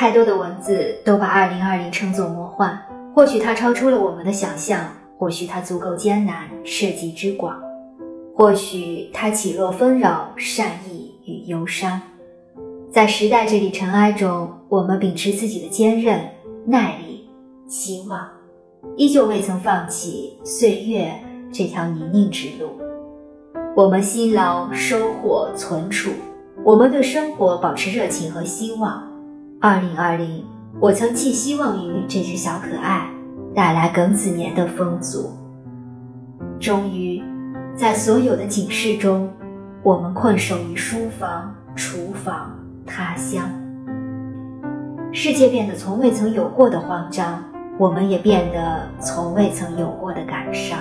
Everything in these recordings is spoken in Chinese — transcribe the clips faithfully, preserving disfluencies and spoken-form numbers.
太多的文字都把二零二零称作魔幻，或许它超出了我们的想象，或许它足够艰难，涉及之广，或许它起落纷扰，善意与忧伤。在时代这粒尘埃中，我们秉持自己的坚韧、耐力、期望，依旧未曾放弃岁月这条泥泞之路。我们辛劳、收获、存储，我们对生活保持热情和希望。二零二零，我曾寄希望于这只小可爱带来庚子年的丰足。终于，在所有的警示中，我们困守于书房、厨房、他乡。世界变得从未曾有过的慌张，我们也变得从未曾有过的感伤。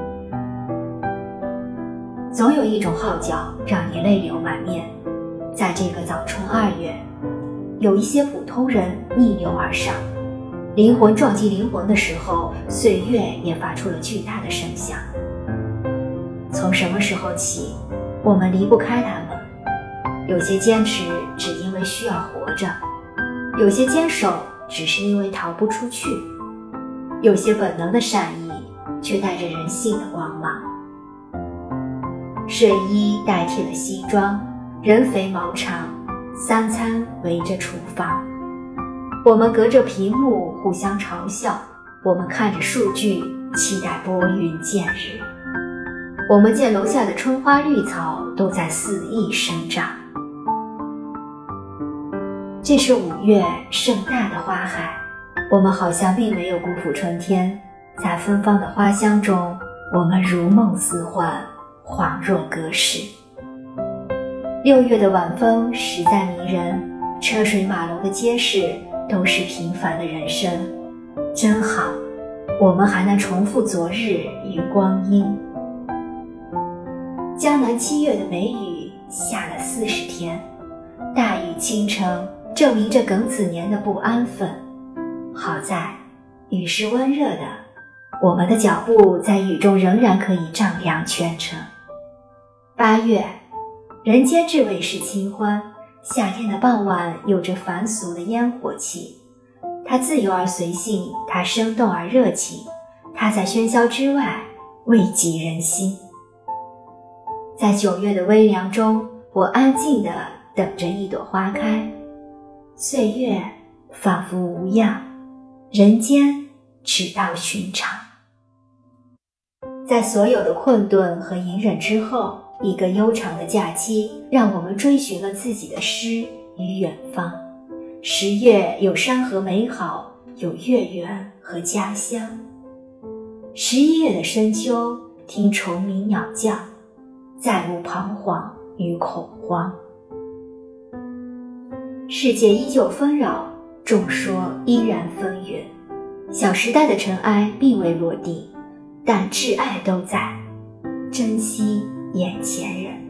总有一种号角让你泪流满面，在这个早春二月，有一些普通人逆流而上，灵魂撞击灵魂的时候，岁月也发出了巨大的声响。从什么时候起，我们离不开他们？有些坚持只因为需要活着，有些坚守只是因为逃不出去，有些本能的善意却带着人性的光芒。睡衣代替了西装，人肥毛长，三餐围着厨房。我们隔着屏幕互相嘲笑，我们看着数据期待拨云见日。我们见楼下的春花绿草都在肆意生长。这是五月盛大的花海，我们好像并没有辜负春天，在芬芳的花香中，我们如梦似幻，恍若隔世。六月的晚风实在迷人，车水马龙的街市都是平凡的人生，真好，我们还能重复昨日与光阴。江南七月的梅雨下了四十天，大雨倾城，证明着庚子年的不安分。好在雨是温热的，我们的脚步在雨中仍然可以丈量全程。八月，人间至味是清欢，夏天的傍晚有着凡俗的烟火气，它自由而随性，它生动而热情，它在喧嚣之外慰藉人心。在九月的微凉中，我安静地等着一朵花开，岁月仿佛无恙，人间只道寻常。在所有的困顿和隐忍之后，一个悠长的假期让我们追寻了自己的诗与远方。十月有山河美好，有月圆和家乡。十一月的深秋，听虫鸣鸟叫，再无彷徨与恐慌。世界依旧纷扰，众说依然纷纭。小时代的尘埃并未落地，但挚爱都在，珍惜眼前人。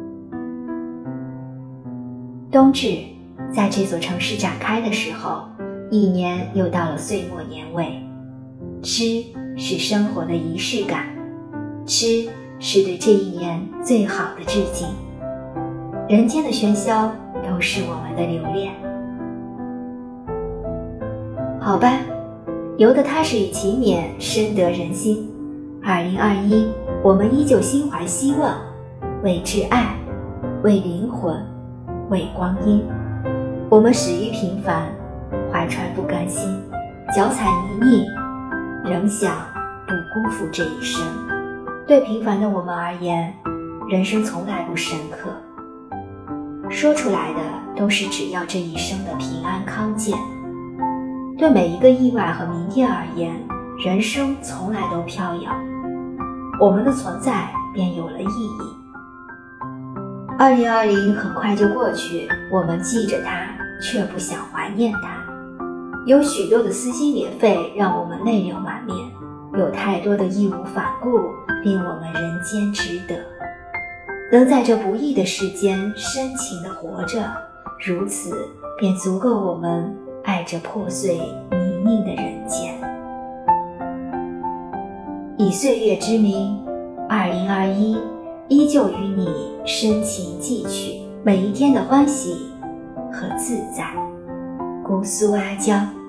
冬至在这座城市展开的时候，一年又到了岁末年尾。吃是生活的仪式感，吃是对这一年最好的致敬。人间的喧嚣都是我们的留恋。好吧，游得踏实与勤勉，深得人心。二零二一，我们依旧心怀希望，为挚爱，为灵魂，为光阴。我们始于平凡，怀揣不甘心，脚踩泥泞，仍想不辜负这一生。对平凡的我们而言，人生从来不深刻，说出来的都是只要这一生的平安康健。对每一个意外和明天而言，人生从来都飘摇，我们的存在便有了意义。二零二零很快就过去，我们记着它，却不想怀念它。有许多的撕心裂肺让我们泪流满面，有太多的义无反顾令我们人间值得。能在这不易的世间深情地活着，如此便足够我们爱着破碎泥泞的人间。以岁月之名，二零二一依旧与你深情寄去每一天的欢喜和自在。 姑苏阿胶。